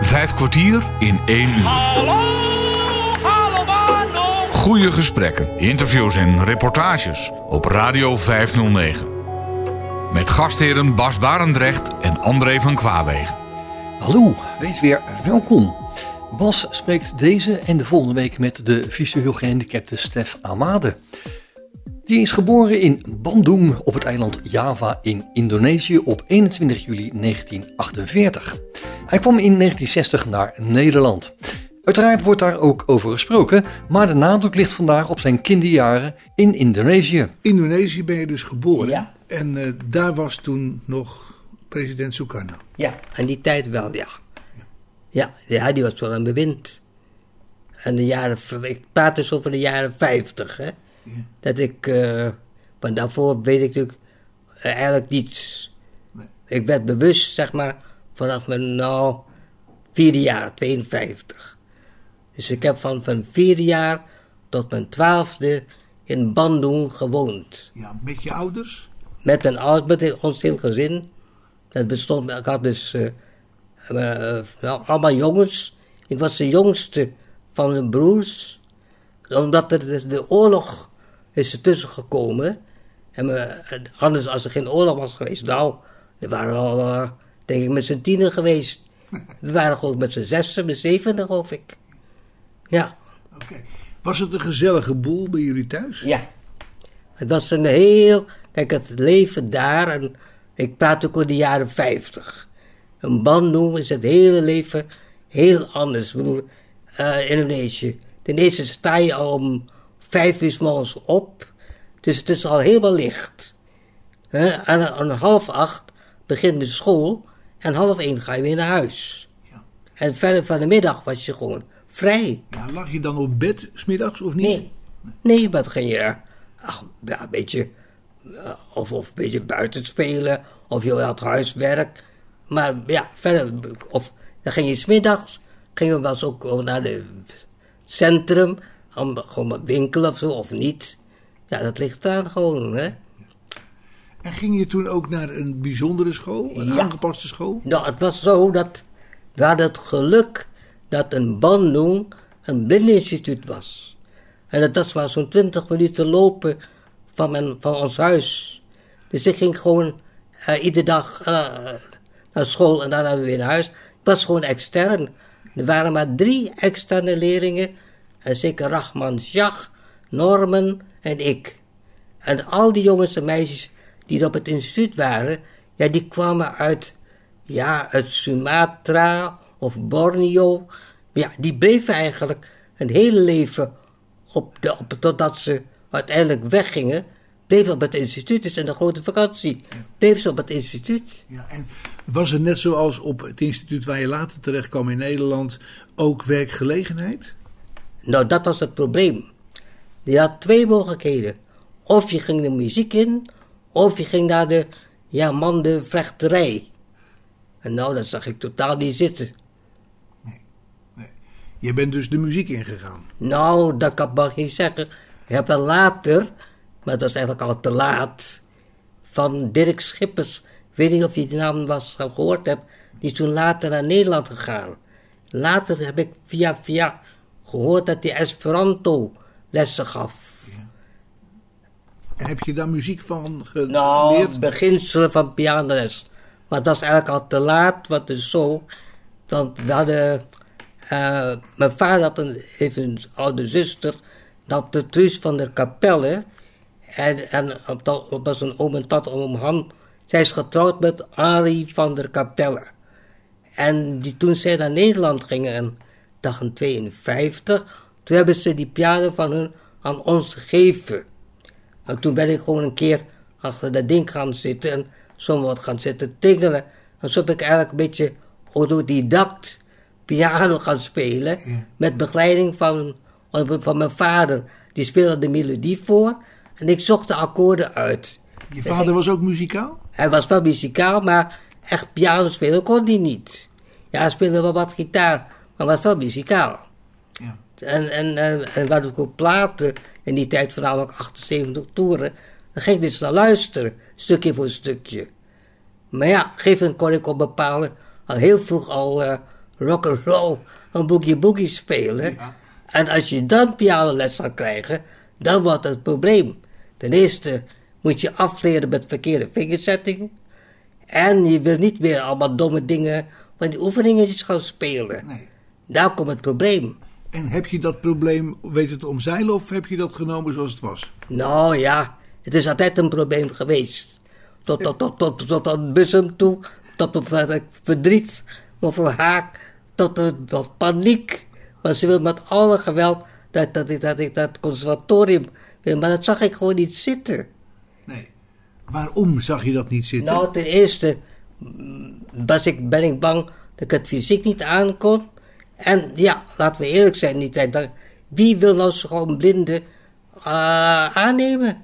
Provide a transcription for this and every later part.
5 kwartier in 1 uur. Hallo. Goede gesprekken, interviews en reportages op Radio 509. Met gastheren Bas Barendrecht en André van Kwaabegen. Hallo, wees weer welkom. Bas spreekt deze en de volgende week met de visueel gehandicapte Stef Amade. Die is geboren in Bandung op het eiland Java in Indonesië op 21 juli 1948. Hij kwam in 1960 naar Nederland. Uiteraard wordt daar ook over gesproken, maar de nadruk ligt vandaag op zijn kinderjaren in Indonesië. Indonesië ben je dus geboren. Ja. En daar was toen nog president Sukarno. Ja, aan die tijd wel, ja. Ja, die was toen aan bewind. En ik praat dus over de jaren 50, hè. Ja. Dat ik, want daarvoor weet ik natuurlijk eigenlijk niets. Nee. Ik werd bewust, zeg maar, vanaf mijn, vierde jaar, 52. Dus ik heb van vierde jaar tot mijn 12e in Bandung gewoond. Ja, met je ouders? Met mijn ouders, met ons heel gezin. Dat bestond, ik had dus allemaal jongens. Ik was de jongste van mijn broers. Omdat de oorlog is er tussen gekomen. En anders, als er geen oorlog was geweest, dan waren we al, denk ik, met z'n 10 geweest. We waren geloof ik met z'n 6, met 7, geloof ik. Ja. Oké. Was het een gezellige boel bij jullie thuis? Ja. Het was een heel... Kijk, het leven daar... En ik praat ook over de jaren 50. In Bandung is het hele leven heel anders. Ik bedoel, Indonesië. Ten eerste sta je al om 5 uur 's morgens op. Dus het is al helemaal licht. En om 7:30 begint de school. En 12:30 ga je weer naar huis. Ja. En verder van de middag was je gewoon vrij. Ja, lag je dan op bed 's middags of niet? Nee, maar dan ging je een beetje... Of een beetje buiten spelen. Of je had huiswerk. Maar ja, verder... Of dan ging je 's middags... Gingen we wel eens ook naar het centrum. Om gewoon maar winkelen of zo, of niet. Ja, dat ligt daar gewoon, hè. En ging je toen ook naar een bijzondere school? Een aangepaste school? Nou, het was zo dat... We hadden het geluk dat in Bandung een blindeninstituut was. En dat was maar zo'n 20 minuten lopen van ons huis. Dus ik ging gewoon iedere dag naar school en daarna weer naar huis. Ik was gewoon extern. Er waren maar 3 externe leerlingen. En zeker Rahman Shah, Norman en ik. En al die jongens en meisjes die er op het instituut waren... Ja, die kwamen uit Sumatra of Borneo. Ja, die bleven eigenlijk een hele leven totdat ze uiteindelijk weggingen, bleven op het instituut. Dus in de grote vakantie bleven ze op het instituut. Ja, en was er net zoals op het instituut waar je later terecht kwam in Nederland ook werkgelegenheid? Nou, dat was het probleem. Je had 2 mogelijkheden. Of je ging de muziek in, of je ging naar de mandenvechterij. En nou, dat zag ik totaal niet zitten. Nee. Je bent dus de muziek ingegaan? Nou, dat kan ik maar niet zeggen. Ik heb dan later, maar dat is eigenlijk al te laat, van Dirk Schippers, ik weet niet of je die naam gehoord hebt, die is toen later naar Nederland gegaan. Later heb ik via gehoord dat hij Esperanto lessen gaf. Ja. En heb je daar muziek van geleerd? Nou, beginselen van pianoles. Maar dat is eigenlijk al te laat, wat is zo. Want we hadden... mijn vader heeft een oude zuster, dat Truus van der Kapelle. En dat was een oom en tante oom Han. Zij is getrouwd met Henri van der Kapelle. En toen zij naar Nederland gingen in 1952, toen hebben ze die piano van hun aan ons gegeven. En toen ben ik gewoon een keer achter dat ding gaan zitten en zomaar wat gaan zitten tingelen. En zo heb ik eigenlijk een beetje autodidact piano gaan spelen, met begeleiding van mijn vader. Die speelde de melodie voor en ik zocht de akkoorden uit. Je vader was ook muzikaal? Hij was wel muzikaal, maar echt piano spelen kon hij niet. Ja, hij speelde wel wat gitaar, maar was wel muzikaal. Ja. En wat ik ook platen, in die tijd voornamelijk 78 toeren, dan ging ik dus naar luisteren, stukje voor stukje. Maar ja, op een gegeven moment kon ik op bepalen, al heel vroeg al rock'n'roll, een boogie-boogie spelen. Ja. En als je dan pianoles zou krijgen, dan wordt het probleem. Ten eerste moet je afleren met verkeerde vingerzettingen. En je wil niet meer allemaal domme dingen van die oefeningetjes gaan spelen. Nee. Daar komt het probleem. En heb je dat probleem weten te omzeilen of heb je dat genomen zoals het was? Nou ja, het is altijd een probleem geweest. Tot aan Bussum toe, tot op verdriet, mevrouw Haak, tot paniek. Maar ze wil met alle geweld dat ik dat conservatorium wil, maar dat zag ik gewoon niet zitten. Nee. Waarom zag je dat niet zitten? Nou, ten eerste ben ik bang dat ik het fysiek niet aankon. En ja, laten we eerlijk zijn in die tijd. Wie wil nou zo gewoon blinden aannemen?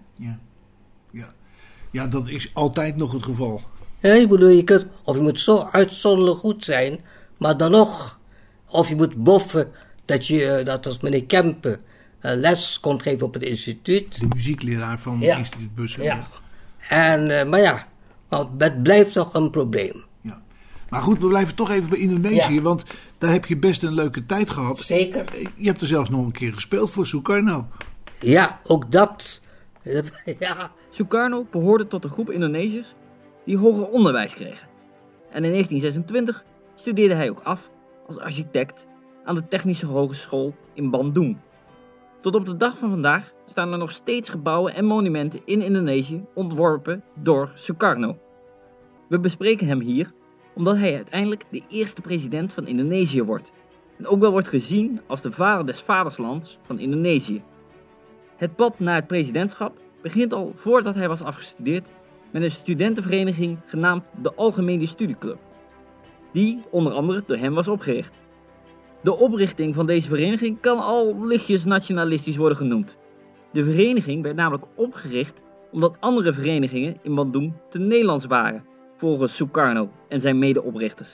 Ja, dat is altijd nog het geval. Ja, ik bedoel, je moet zo uitzonderlijk goed zijn, maar dan nog. Of je moet boffen dat als meneer Kempen les kon geven op het instituut. De muziekleraar van het instituut Bussum. Ja. Maar het blijft toch een probleem. Ja. Maar goed, we blijven toch even bij Indonesië, want daar heb je best een leuke tijd gehad. Zeker. Je hebt er zelfs nog een keer gespeeld voor Sukarno. Ja, ook dat. Ja. Sukarno behoorde tot een groep Indonesiërs die hoger onderwijs kregen. En in 1926 studeerde hij ook af als architect aan de Technische Hogeschool in Bandung. Tot op de dag van vandaag staan er nog steeds gebouwen en monumenten in Indonesië ontworpen door Sukarno. We bespreken hem hier omdat hij uiteindelijk de eerste president van Indonesië wordt. En ook wel wordt gezien als de vader des vaderslands van Indonesië. Het pad naar het presidentschap begint al voordat hij was afgestudeerd met een studentenvereniging genaamd de Algemene Studieclub, die onder andere door hem was opgericht. De oprichting van deze vereniging kan al lichtjes nationalistisch worden genoemd. De vereniging werd namelijk opgericht omdat andere verenigingen in Bandung te Nederlands waren, volgens Sukarno en zijn medeoprichters.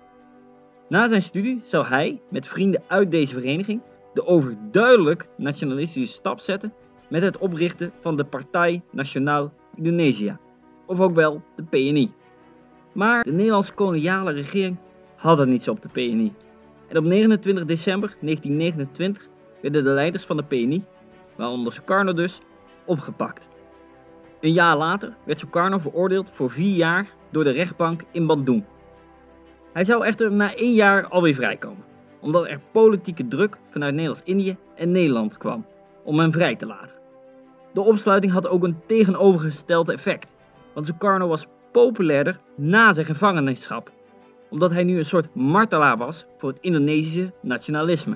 Na zijn studie zou hij met vrienden uit deze vereniging de overduidelijk nationalistische stap zetten met het oprichten van de Partij Nasional Indonesia, of ook wel de PNI. Maar de Nederlandse koloniale regering had het niet zo op de PNI. En op 29 december 1929 werden de leiders van de PNI, waaronder Sukarno dus, opgepakt. Een jaar later werd Sukarno veroordeeld voor 4 jaar door de rechtbank in Bandung. Hij zou echter na 1 jaar alweer vrijkomen, omdat er politieke druk vanuit Nederlands-Indië en Nederland kwam om hem vrij te laten. De opsluiting had ook een tegenovergestelde effect, want Sukarno was populairder na zijn gevangenschap, omdat hij nu een soort martelaar was voor het Indonesische nationalisme.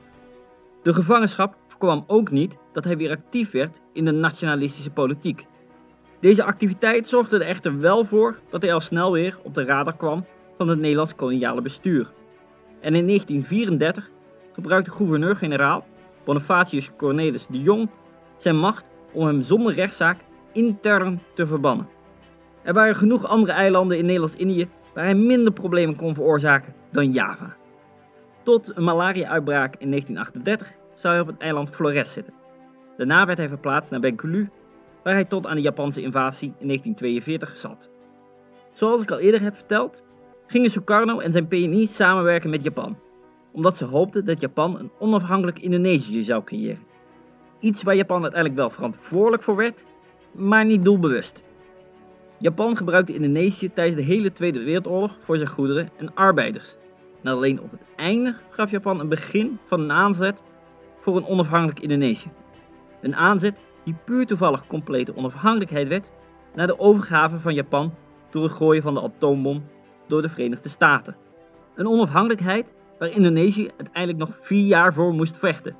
De gevangenschap voorkwam ook niet dat hij weer actief werd in de nationalistische politiek. Deze activiteit zorgde er echter wel voor dat hij al snel weer op de radar kwam van het Nederlands koloniale bestuur. En in 1934 gebruikte gouverneur-generaal Bonifatius Cornelis de Jong zijn macht om hem zonder rechtszaak intern te verbannen. Er waren genoeg andere eilanden in Nederlands-Indië waar hij minder problemen kon veroorzaken dan Java. Tot een malaria-uitbraak in 1938 zou hij op het eiland Flores zitten. Daarna werd hij verplaatst naar Bengkulu, waar hij tot aan de Japanse invasie in 1942 zat. Zoals ik al eerder heb verteld, gingen Sukarno en zijn PNI samenwerken met Japan, omdat ze hoopten dat Japan een onafhankelijk Indonesië zou creëren. Iets waar Japan uiteindelijk wel verantwoordelijk voor werd, maar niet doelbewust. Japan gebruikte Indonesië tijdens de hele Tweede Wereldoorlog voor zijn goederen en arbeiders. En alleen op het einde gaf Japan een begin van een aanzet voor een onafhankelijk Indonesië. Een aanzet die puur toevallig complete onafhankelijkheid werd na de overgave van Japan door het gooien van de atoombom door de Verenigde Staten. Een onafhankelijkheid waar Indonesië uiteindelijk nog 4 jaar voor moest vechten.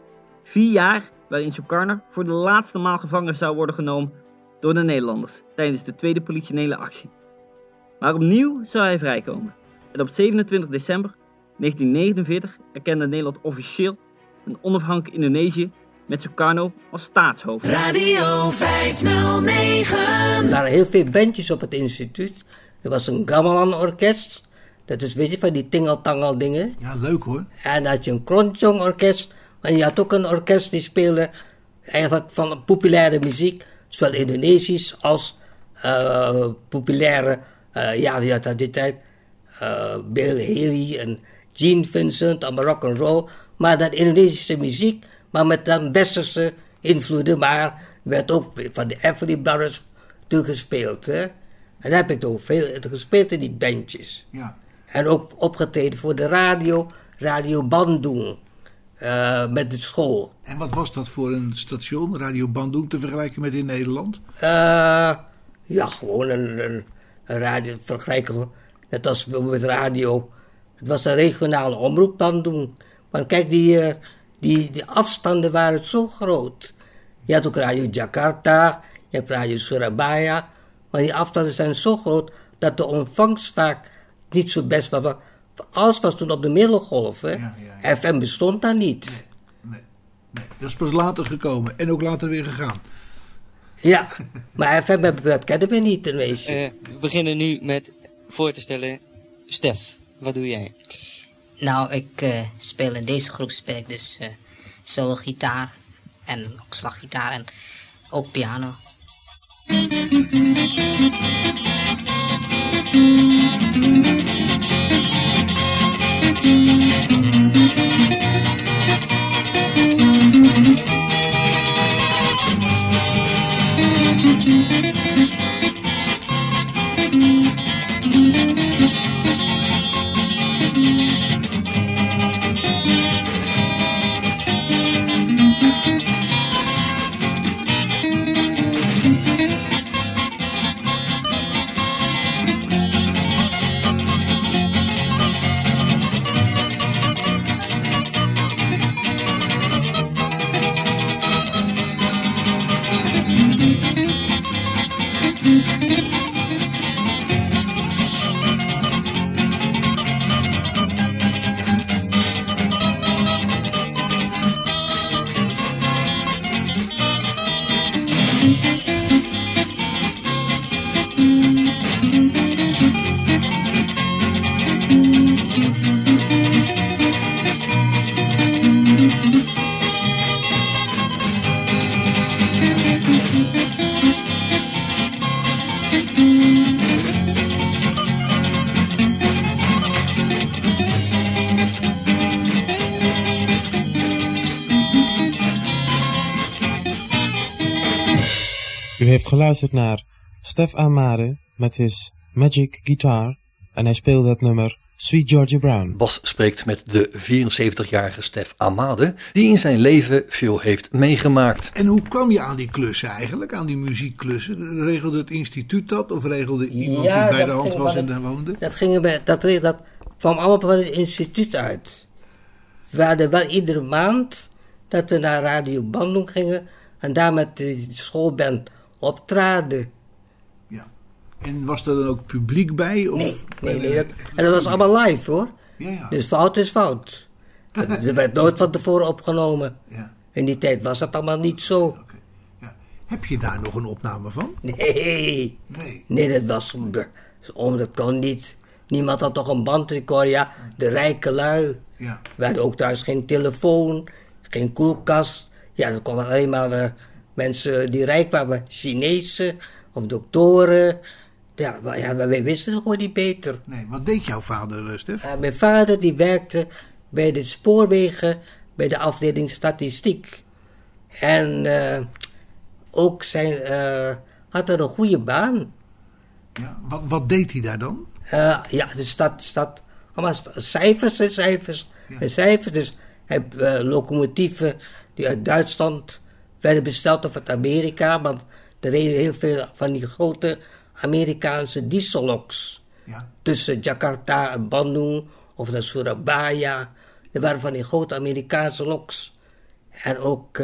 4 jaar waarin Sukarno voor de laatste maal gevangen zou worden genomen door de Nederlanders tijdens de tweede politionele actie. Maar opnieuw zou hij vrijkomen. En op 27 december 1949 erkende Nederland officieel een onafhankelijk Indonesië met Sukarno als staatshoofd. Radio 509. Er waren heel veel bandjes op het instituut. Er was een gamelan-orkest. Dat is, weet je, van die tingeltangel dingen. Ja, leuk hoor. En dan had je een kroncong-orkest. En je had ook een orkest die speelde eigenlijk van populaire muziek. Zowel Indonesisch als populaire, je had uit die tijd Bill Haley en Gene Vincent, allemaal rock'n'roll. Maar dan Indonesische muziek, maar met dan westerse invloeden. Maar werd ook van de Everly Brothers toegespeeld. Hè? En daar heb ik ook veel gespeeld in die bandjes. Ja. En ook opgetreden voor de Radio Bandung. Met de school. En wat was dat voor een station, Radio Bandung, te vergelijken met in Nederland? Ja, gewoon een radio vergelijken. Net als met radio. Het was een regionale omroep Bandung. Maar kijk, die afstanden waren zo groot. Je had ook Radio Jakarta, je hebt Radio Surabaya. Maar die afstanden zijn zo groot dat de ontvangst vaak niet zo best was. Maar alles was toen op de middengolf. Hè? Ja. FM bestond daar niet. Nee, dat is pas later gekomen en ook later weer gegaan. Ja, maar FM dat kennen we niet ten meeste. We beginnen nu met voor te stellen. Stef, wat doe jij? Nou, ik speel in deze groep dus solo gitaar en ook slaggitaar en ook piano. U heeft geluisterd naar Stef Amade met his Magic Guitar en hij speelde het nummer Sweet Georgia Brown. Bas spreekt met de 74-jarige Stef Amade, die in zijn leven veel heeft meegemaakt. En hoe kwam je aan die klussen eigenlijk, aan die muziekklussen? Regelde het instituut dat of regelde iemand die bij de hand was en daar woonde? Dat kwam allemaal van het instituut uit. We hadden wel iedere maand dat we naar Radio Bandung gingen en daar met de schoolband optraden. Ja. En was er dan ook publiek bij? Of? Nee. En dat was allemaal live hoor. Ja. Dus fout is fout. Er werd nooit van tevoren opgenomen. Ja. In die tijd was dat allemaal niet zo. Okay. Ja. Heb je daar nog een opname van? Nee, dat was... dat kon niet. Niemand had toch een bandrecorder. Ja, de rijke lui. Ja. We hadden ook thuis geen telefoon, geen koelkast. Ja, dat kwamen alleen maar mensen die rijk waren. Chinezen of doktoren. Ja, wij wisten het gewoon niet beter. Nee, wat deed jouw vader, Stef? Mijn vader die werkte bij de spoorwegen, bij de afdeling statistiek. En ook had er een goede baan. Ja, wat deed hij daar dan? De stad allemaal cijfers. Dus hij locomotieven die uit Duitsland werden besteld of uit Amerika. Want er reden heel veel van die grote Amerikaanse dieselloks. Ja. Tussen Jakarta en Bandung of naar Surabaya. Er waren van die grote Amerikaanse loks. En ook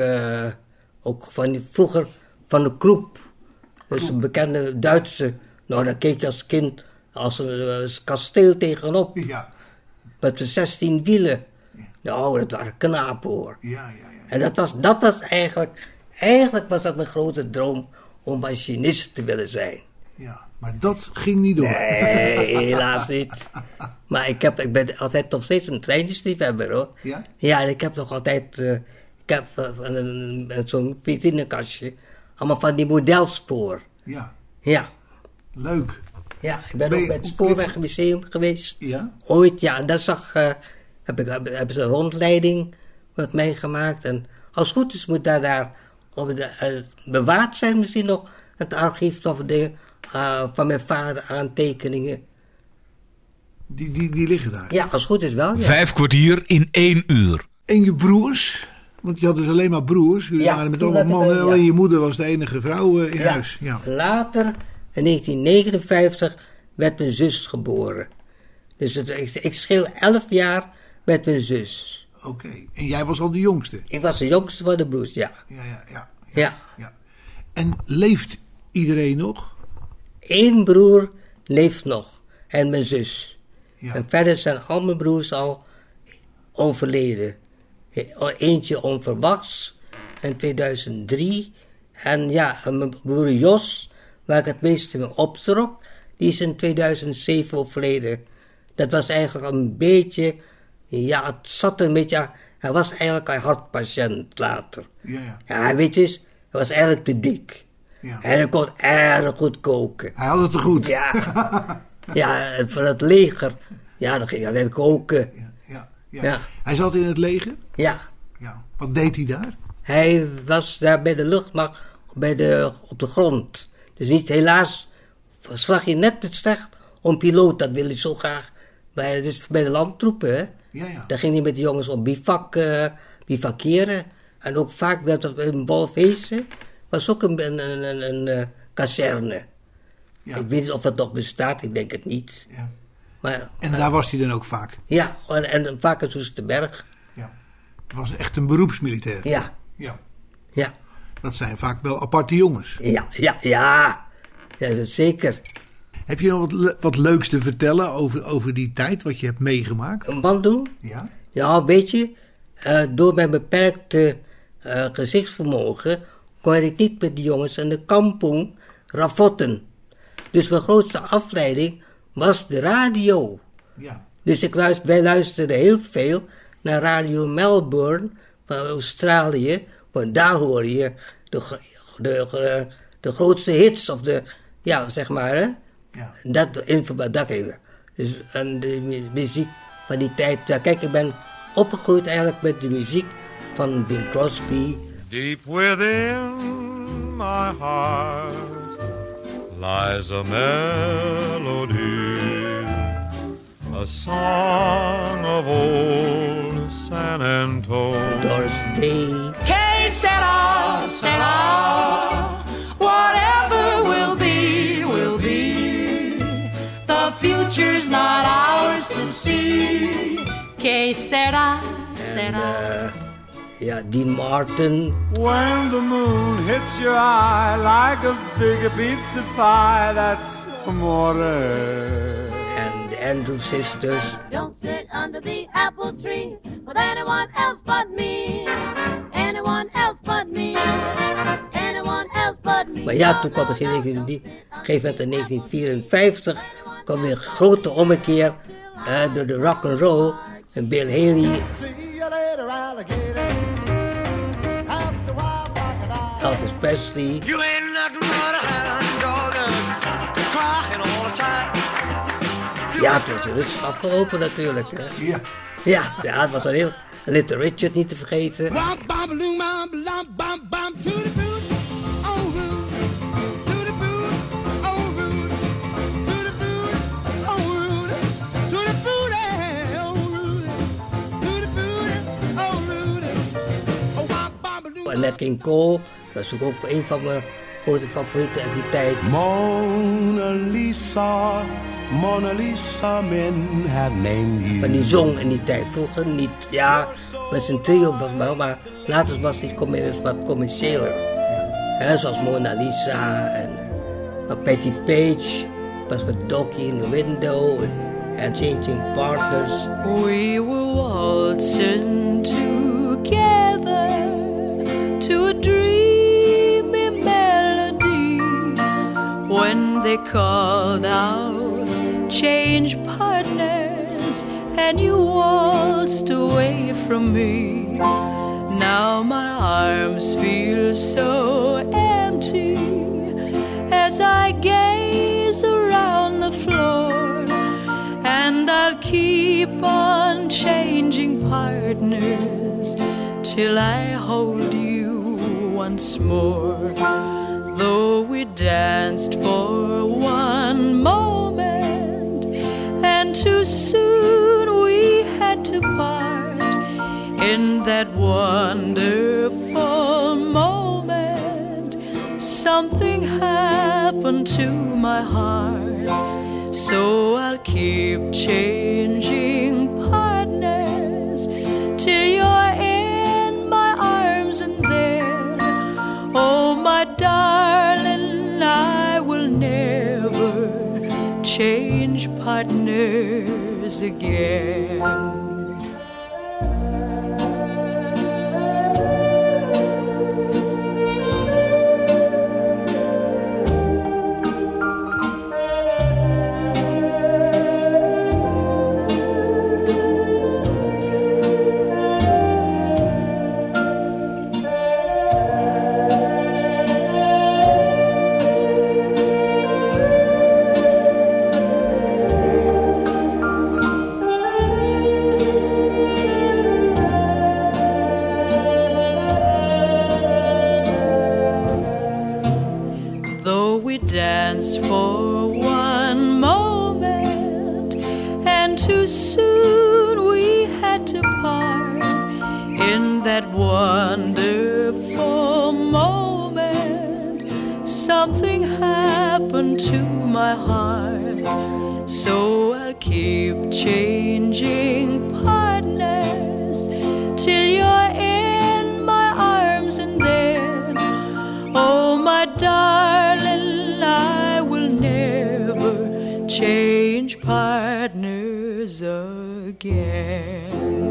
vroeger van de Kroep. Dus een bekende Duitse. Nou, daar keek je als kind als een kasteel tegenop. Ja. Met de 16 wielen. Ja. Nou, dat waren knapen hoor. Ja. En dat was eigenlijk was dat mijn grote droom om machinist te willen zijn. Ja, maar dat ging niet door. Nee, helaas niet. Maar ik ben altijd nog steeds een trainingsliefhebber hoor. Ja? Ja, en ik heb nog altijd... ik heb zo'n vitrinekastje. Allemaal van die modelspoor. Ja. Ja. Leuk. Ja, ik ben ook bij het Spoorwegmuseum geweest. Ja? Ooit, ja. En daar zag Hebben ze een rondleiding met mij gemaakt. En als het goed is moet daar bewaard zijn misschien nog het archief of van mijn vader aantekeningen. Die liggen daar? Ja, als het goed is wel. Ja. 5 kwartier in 1 uur. En je broers? Want je had dus alleen maar broers. Jullie waren met allemaal mannen. Alleen je moeder was de enige vrouw in huis. Ja. Later, in 1959, werd mijn zus geboren. Dus ik scheel 11 jaar met mijn zus. Oké. En jij was al de jongste? Ik was de jongste van de broers, ja. Ja. En leeft iedereen nog? 1 broer leeft nog. En mijn zus. Ja. En verder zijn al mijn broers al overleden. Eentje onverwachts in 2003. En mijn broer Jos, waar ik het meeste mee optrok, die is in 2007 overleden. Dat was eigenlijk een beetje, het zat een beetje, hij was eigenlijk een hartpatiënt later. Ja, weet je eens, hij was eigenlijk te dik. Ja. En hij kon erg goed koken. Hij had het te goed. Ja, en voor het leger, dan ging hij alleen koken. Ja. Hij zat in het leger? Ja. Wat deed hij daar? Hij was daar bij de luchtmacht op de grond. Dus niet, helaas slag je net het slecht om piloot. Dat wil hij zo graag bij de landtroepen. Hè? Ja. Daar ging hij met de jongens op bivakeren. En ook vaak werd dat in Wolfhezen. Was ook een kazerne. Ja. Ik weet niet of het nog bestaat, ik denk het niet. Ja. Maar, en daar was hij dan ook vaak? Ja, en vaak in Soesterberg. Ja. Het was echt een beroepsmilitair? Ja. Dat zijn vaak wel aparte jongens. Ja, zeker. Heb je nog wat leuks te vertellen over die tijd, wat je hebt meegemaakt? Een band doen? Ja. Ja, weet je, door mijn beperkte gezichtsvermogen kon ik niet met die jongens aan de kampong ravotten. Dus mijn grootste afleiding was de radio. Ja. Dus wij luisterden heel veel naar Radio Melbourne van Australië. Want daar hoor je de grootste hits of zeg maar. Hè? Ja. Dat even. Dus en de muziek van die tijd. Ja, kijk, ik ben opgegroeid eigenlijk met de muziek van Bing Crosby. Deep within my heart lies a melody, a song of old San Antonio. Doris Day. Que sera, sera, whatever will be, will be. The future's not ours to see. Que sera, sera. Dean Martin. When the moon hits your eye like a big pizza pie, that's amore. And the Andrews Sisters. Don't sit under the apple tree with anyone else but me. Anyone else but me. Anyone else but me. Maar ja, toen kwam er geen gegeven in 1954 kwam weer een grote ommekeer door de rock and roll en Bill Haley. Elvis Presley. You ain't nothing but a hound dog crying all the time. Ja, het was rustig afgelopen natuurlijk. Hè. Ja, het was een heel Little Richard niet te vergeten. Nat King Cole, dat is ook een van mijn grote favorieten uit die tijd. Mona Lisa, men have named you. Maar die zong in die tijd, vroeger niet. Ja, met zijn trio was wel, maar later was hij wat commerciëler. Ja, zoals Mona Lisa en Patti Page was met Doggy in the Window en Changing Partners. We were waltzing together to a dreamy melody when they called out, change partners, and you waltzed away from me. Now my arms feel so empty as I gaze around the floor, and I'll keep on changing partners till I hold you once more. Though we danced for one moment, and too soon we had to part. In that wonderful moment, something happened to my heart. So I'll keep changing partners till you're in my arms, and then, oh my darling, I will never change partners again. Danced for one moment, and too soon we had to part. In that wonderful moment, something happened to my heart. So I'll keep changing partners till you're in my arms, and then, oh my darling, I will never change partners again.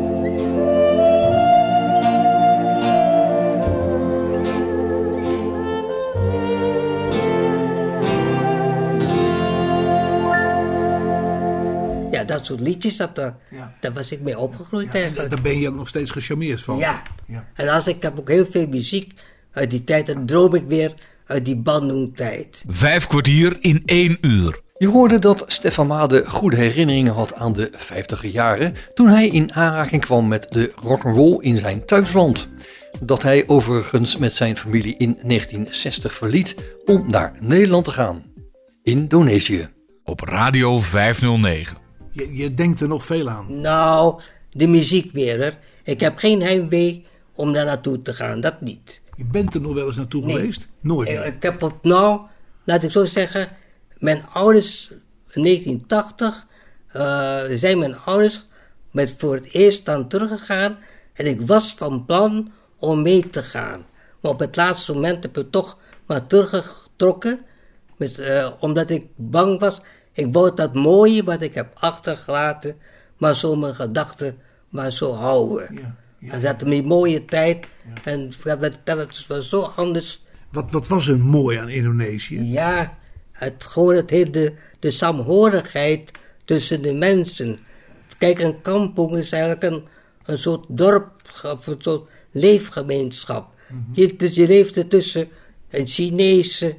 Ja, dat soort liedjes, daar was ik mee opgegroeid eigenlijk. Daar ben je ook nog steeds gecharmeerd van. Ja. En ik heb ook heel veel muziek uit die tijd, en droom ik weer uit die Bandung-tijd. 5 kwartier in 1 uur. Je hoorde dat Stef Amade goede herinneringen had aan de 50er jaren, toen hij in aanraking kwam met de rock'n'roll in zijn thuisland. Dat hij overigens met zijn familie in 1960 verliet om naar Nederland te gaan. Indonesië. Op Radio 509. Je denkt er nog veel aan. Nou, de muziek weer, hè. Ik heb geen heimwee om daar naartoe te gaan, dat niet. Je bent er nog wel eens naartoe geweest? Nooit meer. Ik heb laat ik zo zeggen, mijn ouders in 1980 zijn mijn ouders voor het eerst dan teruggegaan, en ik was van plan om mee te gaan. Maar op het laatste moment heb ik toch maar teruggetrokken, omdat ik bang was. Ik wou dat mooie wat ik heb achtergelaten, maar zo mijn gedachten maar zo houden. En dat die mooie tijd, en dat was zo anders. Wat was er mooi aan Indonesië? Ja, de saamhorigheid tussen de mensen. Kijk, een kampong is eigenlijk een soort dorp, of een soort leefgemeenschap. Dus je leefde tussen een Chinese,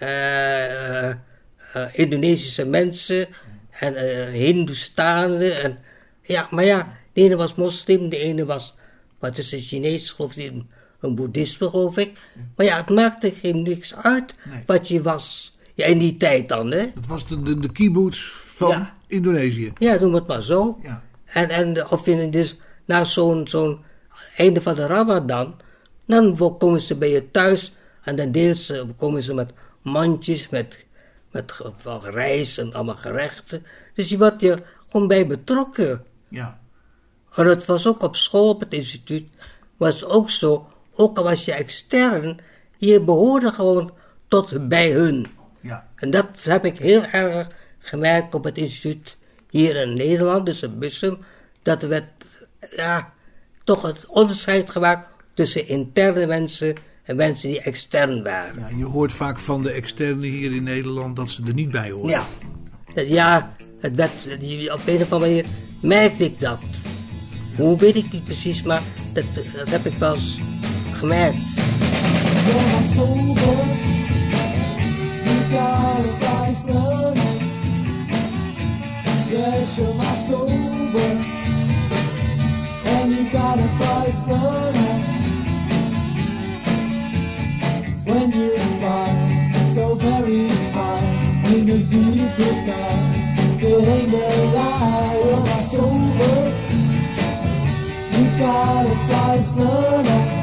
Indonesische mensen en Hindoestanen. En, maar de ene was moslim, de ene was, wat is een Chinees, geloof ik, een boeddhisme, geloof ik. Maar het maakte geen niks uit wat je was. Ja, in die tijd dan, hè. Het was de kibbutz van Indonesië. Ja, noem het maar zo. Ja. En of je dus na zo'n einde van de Ramadan, dan komen ze bij je thuis en dan komen ze met mandjes, met rijst en allemaal gerechten. Dus je wordt je gewoon bij betrokken. Ja. En het was ook op school, op het instituut, was ook zo, ook al was je extern, je behoorde gewoon tot bij hun. Ja. En dat heb ik heel erg gemerkt op het instituut hier in Nederland, dus in Bussum, dat er werd toch het onderscheid gemaakt tussen interne mensen en mensen die extern waren. Ja, je hoort vaak van de externen hier in Nederland dat ze er niet bij horen. Ja, op een of andere manier merkte ik dat. Hoe weet ik niet precies, maar dat heb ik wel eens gemerkt. Yes, you're my sober, and you got slow down. When you fly so very high in the deepest sky, it ain't a lie, you're my soulbird. You gotta fly slow down.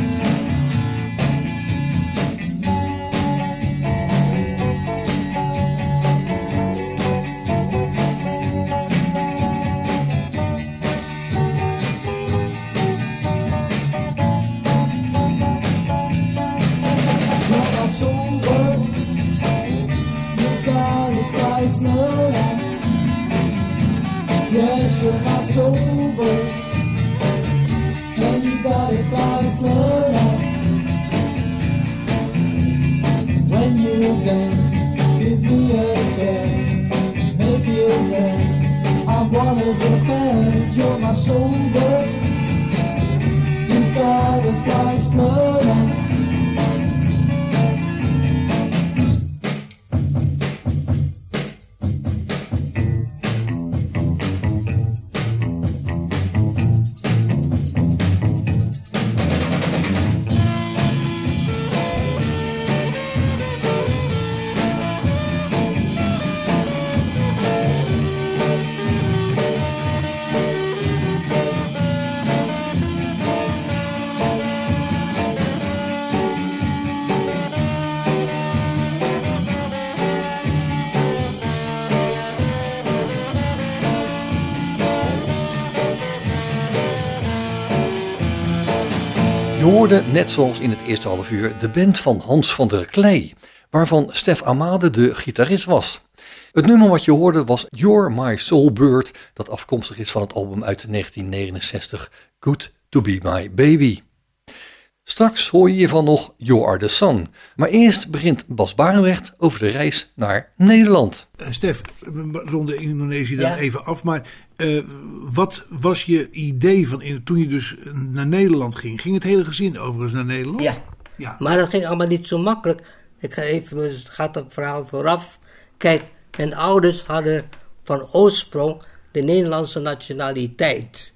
Yes, you're my soulbird, and you gotta fly slow down. When you dance, give me a chance, make it sense. I'm one of your fans, you're my soulbird. You gotta fly slow down. Je hoorde, net zoals in het eerste half uur, de band van Hans van der Klei, waarvan Stef Amade de gitarist was. Het nummer wat je hoorde was You're My Soulbird, dat afkomstig is van het album uit 1969, Good To Be My Baby. Straks hoor je hiervan nog You Are The Sun, maar eerst begint Bas Barendrecht over de reis naar Nederland. Stef, we ronden Indonesië dan even af, maar wat was je idee van toen je dus naar Nederland ging? Ging het hele gezin overigens naar Nederland? Ja, maar dat ging allemaal niet zo makkelijk. Het gaat een verhaal vooraf. Kijk, mijn ouders hadden van oorsprong de Nederlandse nationaliteit.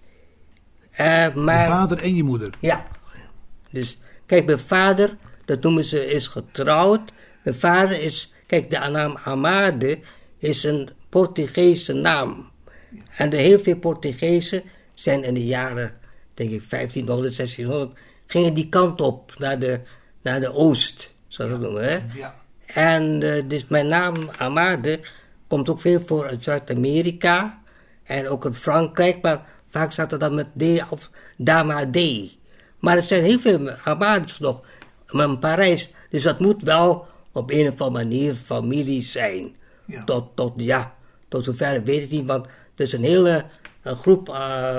Maar je vader en je moeder? Ja. Dus, kijk, mijn vader, dat noemen ze, is getrouwd. Mijn vader is, kijk, de naam Amade is een Portugese naam. En heel veel Portugezen zijn in de jaren, denk ik, 1500, 1600, gingen die kant op, naar de oost, zo dat noemen, hè? Ja. En dus mijn naam Amade komt ook veel voor uit Zuid-Amerika en ook in Frankrijk, maar vaak staat er dan met D of Damade. Maar er zijn heel veel Amades nog in Parijs, dus dat moet wel op een of andere manier familie zijn. Ja. Tot zover weet ik niet, want er is een hele groep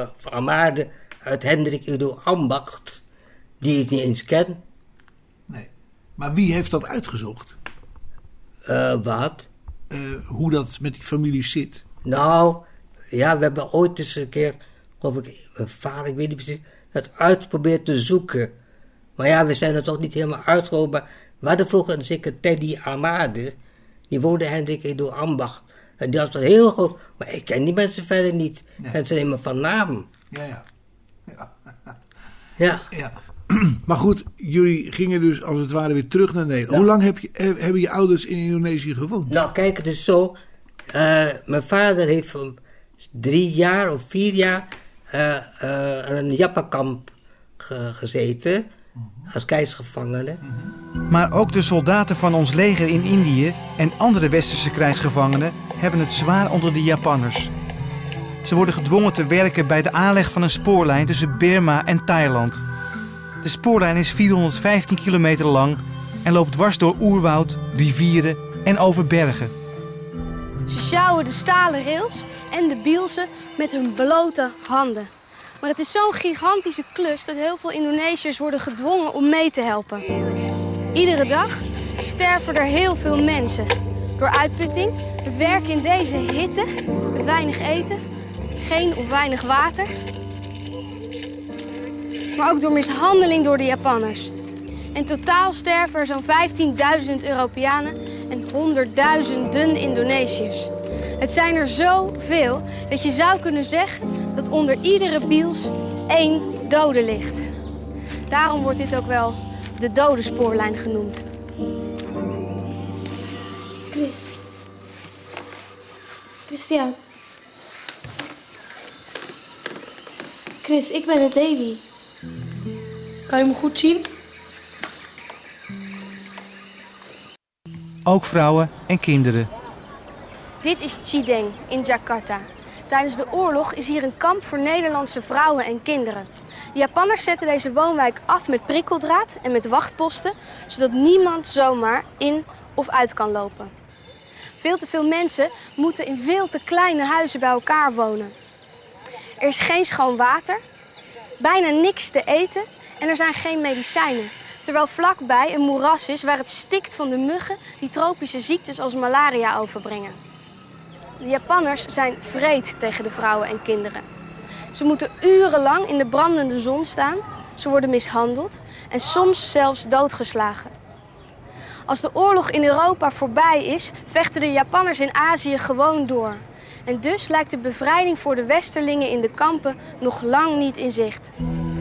Amade uit Hendrik Udo Ambacht, die ik niet eens ken. Nee, maar wie heeft dat uitgezocht? Wat? Hoe dat met die familie zit? Nou, ja, we hebben ooit eens een keer, geloof ik, mijn vader, ik weet niet precies, het uitgeprobeerd te zoeken. Maar ja, we zijn er toch niet helemaal uitgekomen. We hadden vroeger een zeker Teddy Amade, die woonde Hendrik Udo Ambacht. En die was dan heel groot, maar ik ken die mensen verder niet. Nee. Ik ken ze alleen maar van naam. Ja. Maar goed, jullie gingen dus als het ware weer terug naar Nederland. Ja. Hoe lang hebben je ouders in Indonesië gewoond? Nou, kijk, het is zo. Mijn vader heeft 3 jaar of 4 jaar in een Jappenkamp gezeten. Als krijgsgevangene. Maar ook de soldaten van ons leger in Indië en andere westerse krijgsgevangenen hebben het zwaar onder de Japanners. Ze worden gedwongen te werken bij de aanleg van een spoorlijn tussen Birma en Thailand. De spoorlijn is 415 kilometer lang en loopt dwars door oerwoud, rivieren en over bergen. Ze sjouwen de stalen rails en de bielsen met hun blote handen. Maar het is zo'n gigantische klus dat heel veel Indonesiërs worden gedwongen om mee te helpen. Iedere dag sterven er heel veel mensen. Door uitputting, het werken in deze hitte, met weinig eten, geen of weinig water. Maar ook door mishandeling door de Japanners. In totaal sterven er zo'n 15.000 Europeanen en 100.000 Indonesiërs. Het zijn er zoveel dat je zou kunnen zeggen dat onder iedere biels 1 doden ligt. Daarom wordt dit ook wel de dodenspoorlijn genoemd. Christian. Chris, ik ben het Davy. Kan je me goed zien? Ook vrouwen en kinderen. Dit is Chideng in Jakarta. Tijdens de oorlog is hier een kamp voor Nederlandse vrouwen en kinderen. De Japanners zetten deze woonwijk af met prikkeldraad en met wachtposten, zodat niemand zomaar in of uit kan lopen. Veel te veel mensen moeten in veel te kleine huizen bij elkaar wonen. Er is geen schoon water, bijna niks te eten en er zijn geen medicijnen. Terwijl vlakbij een moeras is waar het stikt van de muggen die tropische ziektes als malaria overbrengen. De Japanners zijn wreed tegen de vrouwen en kinderen. Ze moeten urenlang in de brandende zon staan, ze worden mishandeld en soms zelfs doodgeslagen. Als de oorlog in Europa voorbij is, vechten de Japanners in Azië gewoon door. En dus lijkt de bevrijding voor de westerlingen in de kampen nog lang niet in zicht.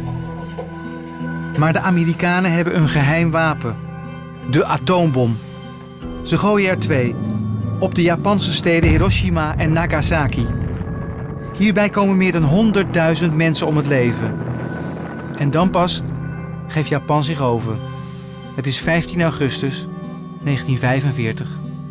Maar de Amerikanen hebben een geheim wapen. De atoombom. Ze gooien er 2. Op de Japanse steden Hiroshima en Nagasaki. Hierbij komen meer dan 100.000 mensen om het leven. En dan pas geeft Japan zich over. Het is 15 augustus 1945.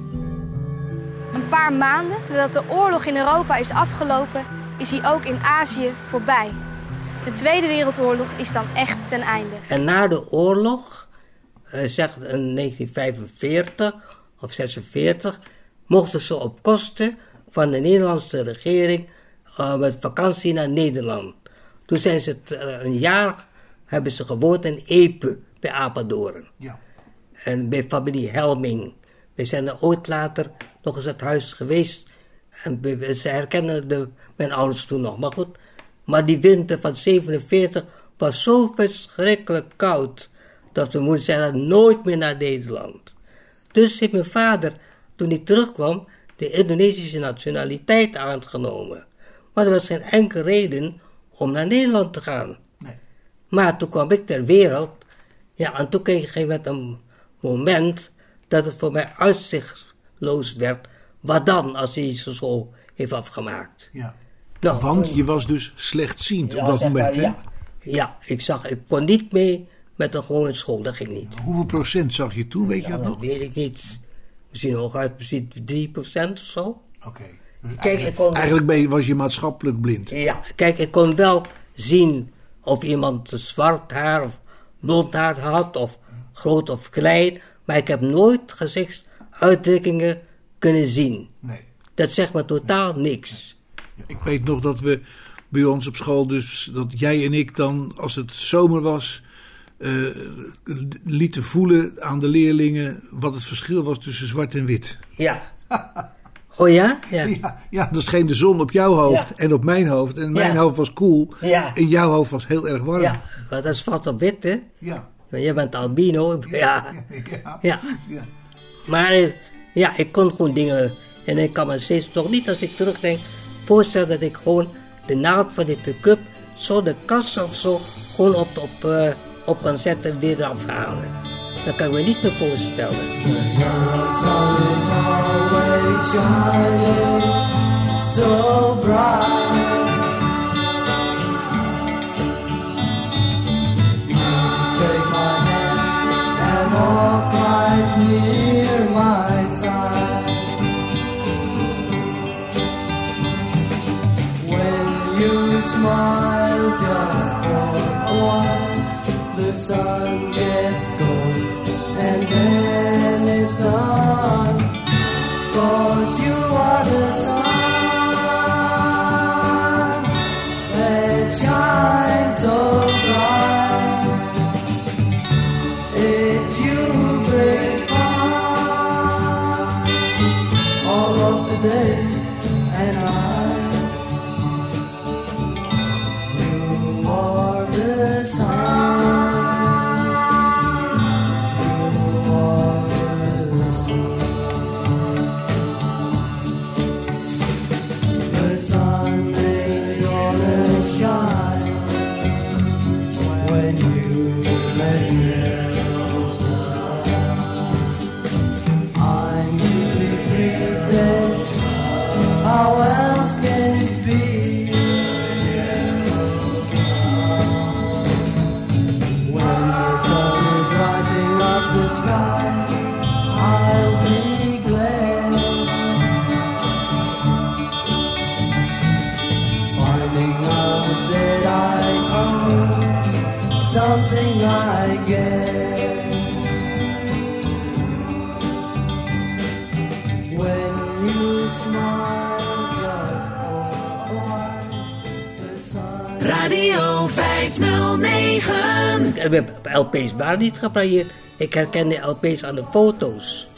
Een paar maanden nadat de oorlog in Europa is afgelopen, is hij ook in Azië voorbij. De Tweede Wereldoorlog is dan echt ten einde. En na de oorlog, zegt in 1945 of 46, mochten ze op kosten van de Nederlandse regering met vakantie naar Nederland. Toen zijn ze een jaar hebben ze gewoond in Epe bij Apeldoorn. Ja. En bij familie Helming. We zijn er ooit later nog eens het huis geweest. En ze herkennen mijn ouders toen nog. Maar goed, maar die winter van 47 was zo verschrikkelijk koud. Dat we moeder zei nooit meer naar Nederland. Dus heeft mijn vader, toen hij terugkwam, de Indonesische nationaliteit aangenomen. Maar er was geen enkele reden om naar Nederland te gaan. Nee. Maar toen kwam ik ter wereld. Ja, en toen kreeg ik met een moment dat het voor mij uitzichtloos werd. Wat dan als hij zijn school heeft afgemaakt? Ja. Nou, want je was dus slechtziend op dat moment, hè? Ja, ik kon niet mee met een gewone school, dat ging niet. Hoeveel procent zag je toen, weet je dat nog? Dat weet ik niet. Misschien hooguit 3% of zo. Oké. Kijk, Eigenlijk was je maatschappelijk blind. Ja, kijk, ik kon wel zien of iemand zwart haar of blond haar had, of groot of klein. Maar ik heb nooit gezichtsuitdrukkingen kunnen zien. Nee. Dat zegt me totaal niks. Ja, ik weet nog dat we bij ons op school, dus dat jij en ik dan, als het zomer was, lieten voelen aan de leerlingen wat het verschil was tussen zwart en wit. Ja. Oh ja? Ja, dan scheen de zon op jouw hoofd en op mijn hoofd. En mijn hoofd was koel en jouw hoofd was heel erg warm. Ja, maar dat is zwart op wit, hè? Ja. Jij bent albino. Ja. Maar ik kon gewoon dingen. En ik kan me steeds toch niet, als ik terugdenk, voorstellen dat ik gewoon de naald van die pick-up zonder kast of zo gewoon op kan zetten en weer afhalen. Dat kan ik me niet meer voorstellen. The sun is always shining so bright. Take my hand and walk right near my side. When you smile just for a while, the sun gets cold and then it's done. 'Cause you are the sun that shines so bright. It's you who brings fun all of the day and night. You are the sun. The sun ain't gonna shine the sky, I'll be glad. Finding out that I own something I get. When you smile just for one, the sun. Radio 509. De LP's waren niet geplaatst. Ik herken de LP's aan de foto's.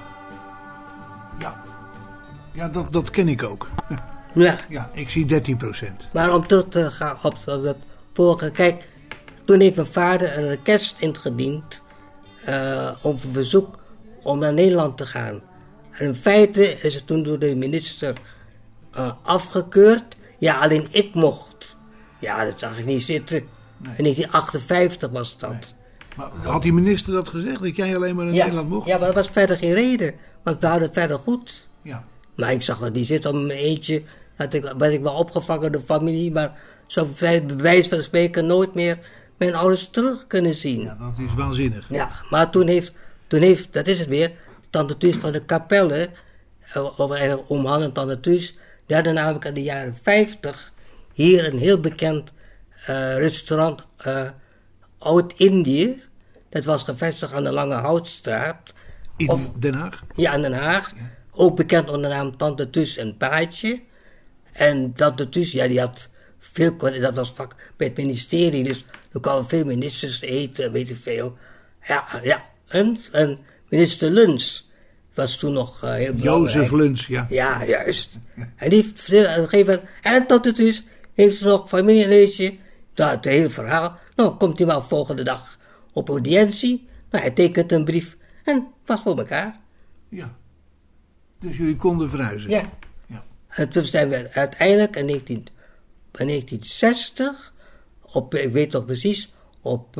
Ja, dat ken ik ook. Ja. Ja, ik zie 13%. Maar om terug te gaan op dat vorige. Kijk, toen heeft mijn vader een request ingediend om een verzoek om naar Nederland te gaan. En in feite is het toen door de minister afgekeurd. Ja, alleen ik mocht. Ja, dat zag ik niet zitten. Nee. In 1958 was dat. Nee. Maar had die minister dat gezegd, dat jij alleen maar naar Nederland mocht? Ja, maar dat was verder geen reden. Want we hadden het verder goed. Ja. Maar ik zag dat die zit om mijn eentje. Werd ik wel opgevangen door de familie. Maar zo bij bewijs van spreken nooit meer mijn ouders terug kunnen zien. Ja, dat is waanzinnig. Ja, maar toen heeft dat is het weer, tante Thuis van de Kapelle, oom Han en tante Thuis, die hadden namelijk in de jaren 50 hier een heel bekend restaurant, Oud-Indië. Dat was gevestigd aan de Lange Houtstraat. In Den Haag? Ja, in Den Haag. Ja. Ook bekend onder de naam Tante Thuis en Paatje. En Tante Thuis, ja, die had veel, dat was vak bij het ministerie, dus er kwamen veel ministers eten, weet ik veel. Ja. En minister Luns was toen nog heel belangrijk. Jozef Luns, ja. Ja, juist. Ja. En die gegeven, en Tante Thuis heeft ze nog familieleesje, dat het hele verhaal. Nou, komt hij maar volgende dag op audiëntie. Nou, hij tekent een brief en was voor elkaar. Ja. Dus jullie konden verhuizen? Ja. En toen zijn we uiteindelijk in 1960, ik weet toch precies, op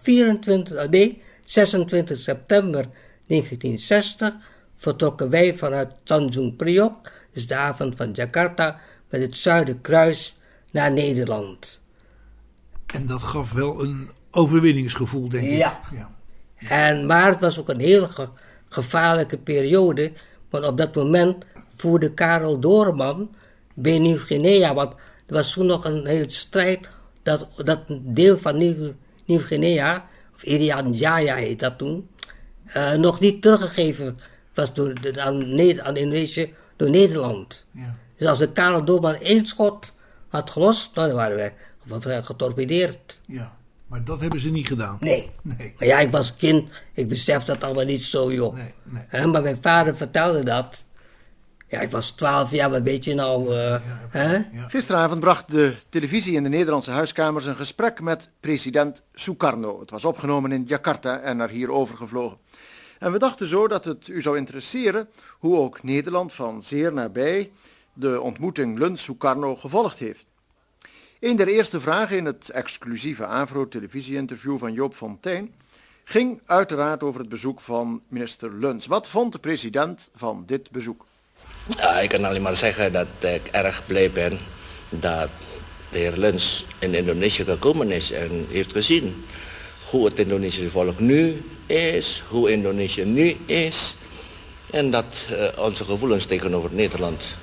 26 september 1960 vertrokken wij vanuit Tanjung Priok, dus de haven van Jakarta, met het Zuiderkruis naar Nederland. En dat gaf wel een overwinningsgevoel, denk ik. Ja. Maar het was ook een heel gevaarlijke periode, want op dat moment voerde Karel Doorman bij Nieuw-Guinea, want er was toen nog een hele strijd dat een deel van Nieuw-Guinea, of Irian Jaya heet dat toen, nog niet teruggegeven was aan Indonesië door Nederland. Ja. Dus als de Karel Doorman één schot had gelost, dan waren wij getorpedeerd. Ja, maar dat hebben ze niet gedaan. Nee. Maar ja, ik was kind, ik besef dat allemaal niet zo, joh. Nee. Maar mijn vader vertelde dat. Ja, ik was 12 jaar, wat weet je nou? Gisteravond bracht de televisie in de Nederlandse huiskamers een gesprek met president Sukarno. Het was opgenomen in Jakarta en naar hier overgevlogen. En we dachten zo dat het u zou interesseren hoe ook Nederland van zeer nabij de ontmoeting Luns-Sukarno gevolgd heeft. Een der eerste vragen in het exclusieve AVRO-televisie-interview van Joop Fontijn ging uiteraard over het bezoek van minister Luns. Wat vond de president van dit bezoek? Ja, ik kan alleen maar zeggen dat ik erg blij ben dat de heer Luns in Indonesië gekomen is en heeft gezien hoe het Indonesische volk nu is, hoe Indonesië nu is en dat onze gevoelens tegenover Nederland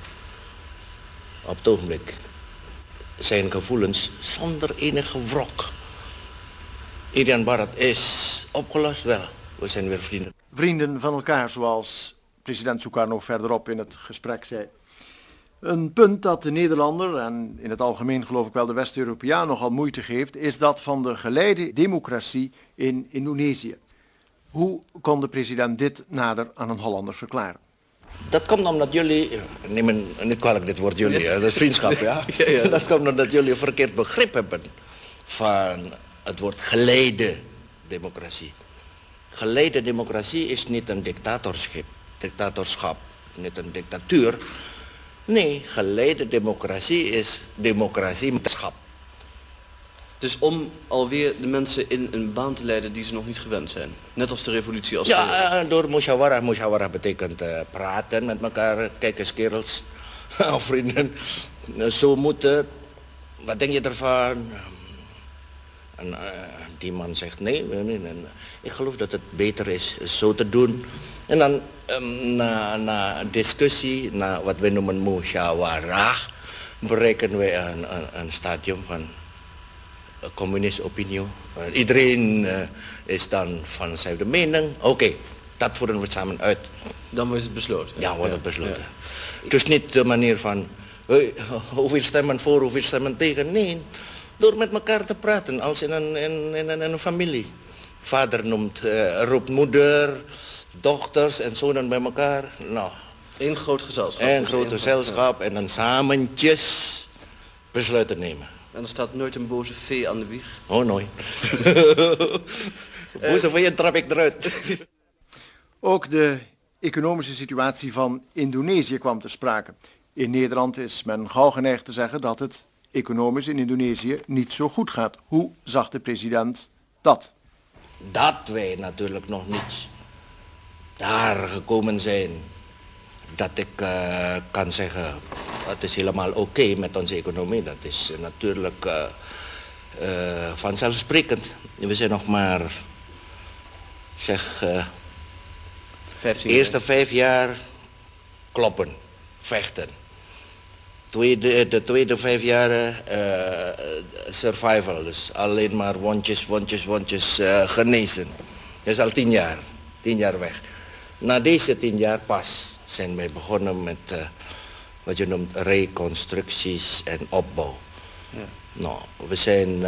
op het ogenblik zijn gevoelens zonder enige wrok. Irian Barat is opgelost, wel, we zijn weer vrienden. Vrienden van elkaar, zoals president Sukarno verderop in het gesprek zei. Een punt dat de Nederlander, en in het algemeen geloof ik wel de West-Europeaan, nogal moeite geeft, is dat van de geleide democratie in Indonesië. Hoe kon de president dit nader aan een Hollander verklaren? Dat komt omdat jullie, neem me niet kwalijk dit woord jullie, dat is vriendschap, ja? Ja. Dat komt omdat jullie een verkeerd begrip hebben van het woord geleide democratie. Geleide democratie is niet een dictatorschap, niet een dictatuur. Nee, geleide democratie is democratie met schap. Dus om alweer de mensen in een baan te leiden die ze nog niet gewend zijn. Net als de revolutie als door musyawarah. Musyawarah betekent praten met elkaar. Kijk eens kerels, vrienden. Zo moeten, wat denk je ervan? En die man zegt nee. Ik geloof dat het beter is zo te doen. En dan na discussie, na wat we noemen musyawarah, bereiken we een stadium van communist opinie. Iedereen is dan van dezelfde mening. Oké, dat voeren we samen uit. Dan wordt het besloten. Ja, wordt het besloten. Het is niet de manier van hoeveel stemmen voor, hoeveel stemmen tegen. Nee, door met elkaar te praten als in een familie. Vader roept moeder, dochters en zonen bij elkaar. Nou, Eén groot gezelschap. Een groot gezelschap en dan samentjes besluiten nemen. En er staat nooit een boze vee aan de wieg? Oh, nooit. Boze vee trap ik eruit. Ook de economische situatie van Indonesië kwam ter sprake. In Nederland is men gauw geneigd te zeggen dat het economisch in Indonesië niet zo goed gaat. Hoe zag de president dat? Dat wij natuurlijk nog niet daar gekomen zijn dat ik kan zeggen, het is helemaal oké met onze economie. Dat is natuurlijk vanzelfsprekend. We zijn nog maar, eerste 5 jaar kloppen, vechten. De tweede 5 jaar survival, dus alleen maar wondjes genezen. Dat is al 10 jaar, 10 jaar weg. Na deze 10 jaar pas zijn wij begonnen met wat je noemt reconstructies en opbouw. Ja. Nou, we zijn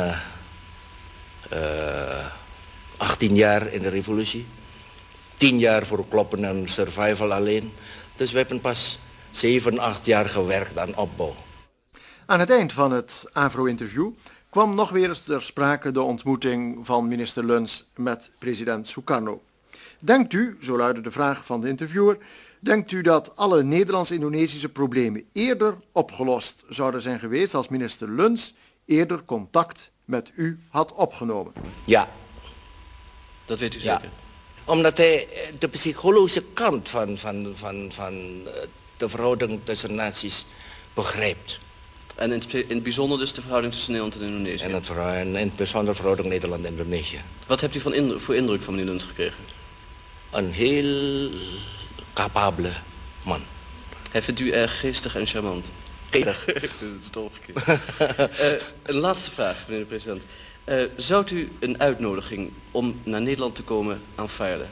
18 jaar in de revolutie. 10 jaar voor kloppen en survival alleen. Dus we hebben pas 7, 8 jaar gewerkt aan opbouw. Aan het eind van het AVRO-interview kwam nog weer eens ter sprake de ontmoeting van minister Luns met president Sukarno. Denkt u, zo luidde de vraag van de interviewer, denkt u dat alle Nederlands-Indonesische problemen eerder opgelost zouden zijn geweest als minister Luns eerder contact met u had opgenomen? Ja. Dat weet u zeker? Ja. Omdat hij de psychologische kant van de verhouding tussen naties begrijpt. En in het bijzonder dus de verhouding tussen Nederland en Indonesië? En in het bijzonder de verhouding Nederland-Indonesië. Wat hebt u voor indruk van meneer Luns gekregen? Een heel capabele man. Hij vindt u erg geestig en charmant. Geestig. Dat is toch een laatste vraag, meneer de president. Zou u een uitnodiging om naar Nederland te komen aanvaarden?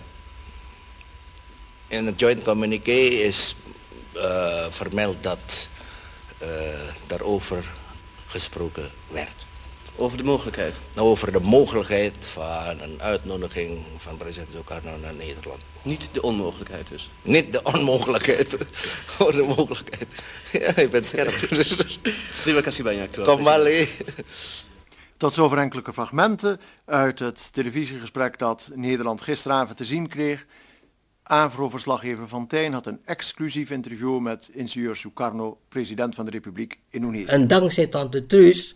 In het joint communiqué is vermeld dat daarover gesproken werd. Over de mogelijkheid? Over de mogelijkheid van een uitnodiging van president Sukarno naar Nederland. Niet de onmogelijkheid dus? Niet de onmogelijkheid, maar de mogelijkheid. Ja, je bent scherp. Terima kasih banyak. Kembali. Tot zover enkele fragmenten uit het televisiegesprek dat Nederland gisteravond te zien kreeg. AVRO-verslaggever Van Tijn had een exclusief interview met ingenieur Sukarno, president van de Republiek Indonesië. En dankzij tante Truus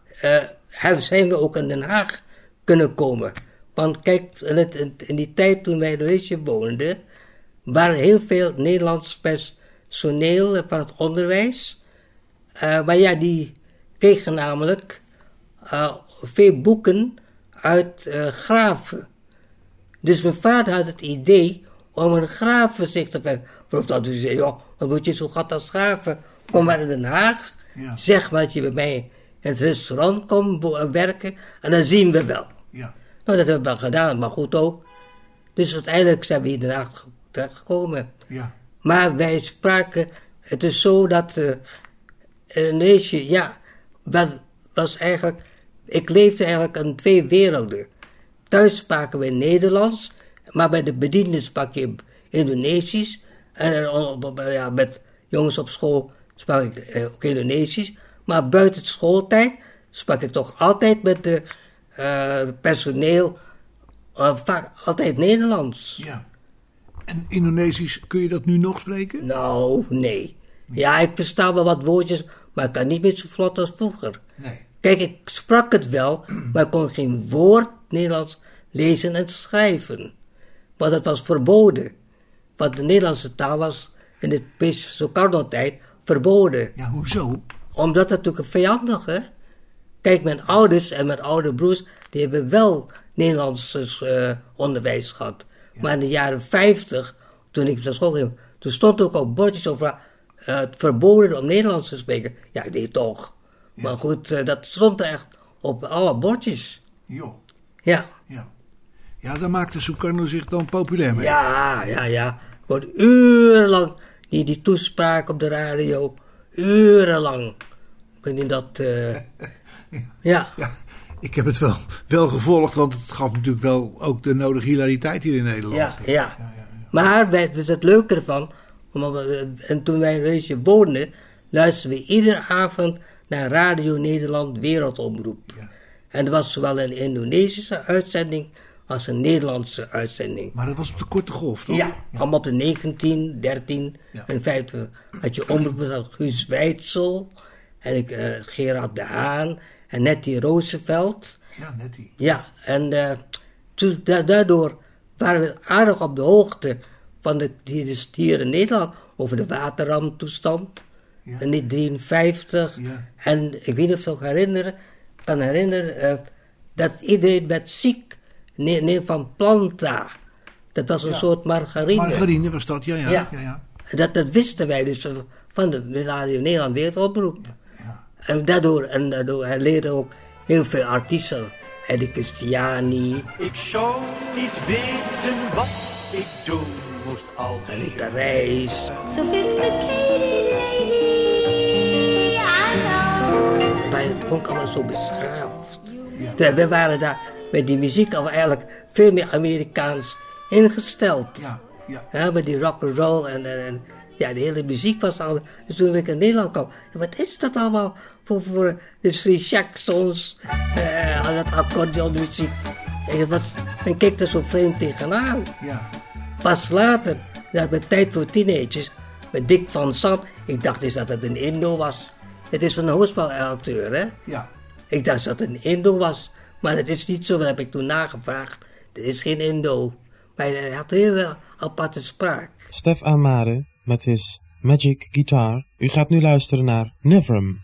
zijn we ook in Den Haag kunnen komen. Want kijk, in die tijd toen wij in Indonesië woonden, waren heel veel Nederlands personeel van het onderwijs. Maar ja, die kregen namelijk veel boeken uit graven. Dus mijn vader had het idee om een gravenzicht te verven. Waarop dat u zei, joh, wat moet je zo gat als graven? Kom maar in Den Haag, zeg maar dat je bij mij in het restaurant komt werken en dan zien we wel. Ja. Nou, dat hebben we wel gedaan, maar goed ook. Dus uiteindelijk zijn we hier in Den Haag terechtgekomen. Ja. Maar wij spraken, het is zo dat Indonesië, was eigenlijk, ik leefde eigenlijk in 2 werelden. Thuis spraken we Nederlands, maar bij de bedienden sprak je Indonesisch. En met jongens op school sprak ik ook Indonesisch. Maar buiten schooltijd sprak ik toch altijd met de personeel, vaak altijd Nederlands. Ja. En Indonesisch, kun je dat nu nog spreken? Nou, nee. Ja, ik versta wel wat woordjes, maar ik kan niet meer zo vlot als vroeger. Nee. Kijk, ik sprak het wel, maar ik kon geen woord Nederlands lezen en schrijven. Want dat was verboden. Want de Nederlandse taal was in de Sukarno-tijd verboden. Ja, hoezo? Omdat het natuurlijk een vijandige. Kijk, mijn ouders en mijn oude broers die hebben wel Nederlands onderwijs gehad. Ja. Maar in de jaren 50, toen ik naar school ging, toen stond ook op bordjes over het verboden om Nederlands te spreken. Ja, ik deed toch. Ja. Maar goed, dat stond er echt op alle bordjes. Jo. Ja. Ja, daar maakte Sukarno zich dan populair mee. Ja. Ik hoorde urenlang die toespraak op de radio. Urenlang. Kun je dat... ja. Ik heb het wel gevolgd, want het gaf natuurlijk wel ook de nodige hilariteit hier in Nederland. Ja. Maar dus het leuke ervan, en toen wij in Indonesië woonden, luisterden we iedere avond naar Radio Nederland Wereldomroep. Ja. En er was zowel een Indonesische uitzending als een Nederlandse uitzending. Maar dat was op de korte golf, toch? Ja, kwam op de 19, 13 en 25. Had je omroepen als Guus Weitzel en Gerard de Haan en Nettie Roosevelt. Ja, Nettie. Ja, en daardoor waren we aardig op de hoogte van hier in Nederland over de waterramptoestand. Ja. In 1953. Ja. En ik weet niet of ik kan herinneren dat iedereen werd ziek van planta. Dat was een soort margarine. Margarine was dat, ja. Dat wisten wij dus van de Radio Nederland Wereldomroep. Ja. En daardoor leerden ook heel veel artiesten. Eddie Christiani. Ik zou niet weten wat ik doen moest als Anita Reis. Sophisticated lady, I know. Wij vond ik allemaal zo beschaafd. Ja. We waren daar met die muziek al eigenlijk veel meer Amerikaans ingesteld. Ja, met die rock'n'roll en de hele muziek was al. Dus toen ik in Nederland kwam, wat is dat allemaal voor de Three Jacksons, dat accordeonmuziek. En keek er zo vreemd tegenaan. Ja. Pas later, met Tijd voor Teenagers, met Dick van Sant, ik dacht eens dat het een Indo was. Het is een hoorspelacteur, hè? Ja. Ik dacht dat het een Indo was, maar het is niet zo, dat heb ik toen nagevraagd. Het is geen Indo, maar hij had een hele aparte spraak. Stef Amade met his Magic Guitar. U gaat nu luisteren naar Nevrum.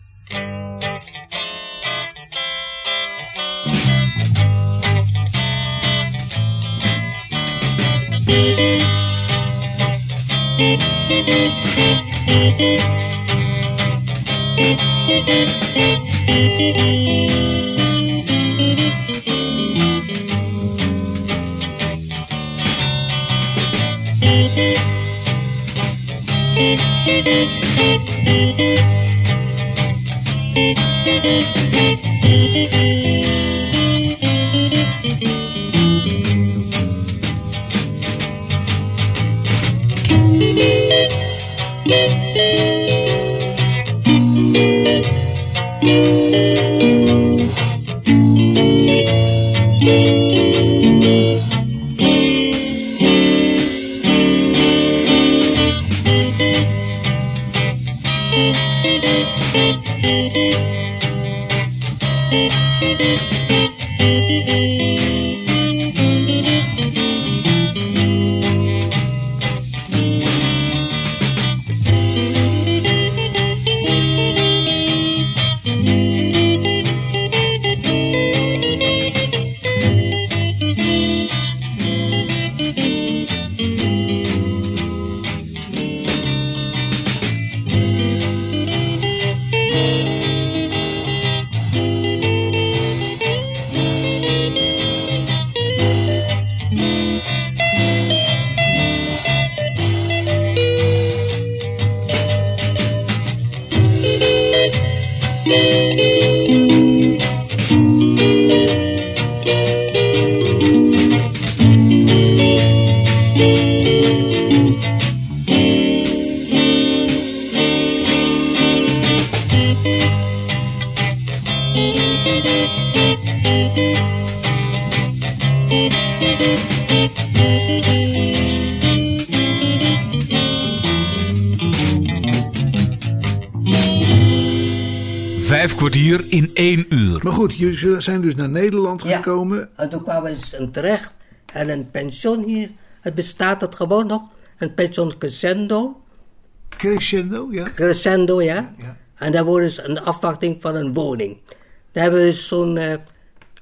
Kwartier in 1 uur. Maar goed, jullie zijn dus naar Nederland gekomen. Ja, en toen kwamen we terecht. En een pension hier, het bestaat het gewoon nog. Een pension Crescendo. Crescendo, ja. Crescendo, ja. En daar worden ze een afwachting van een woning. Daar hebben we dus zo'n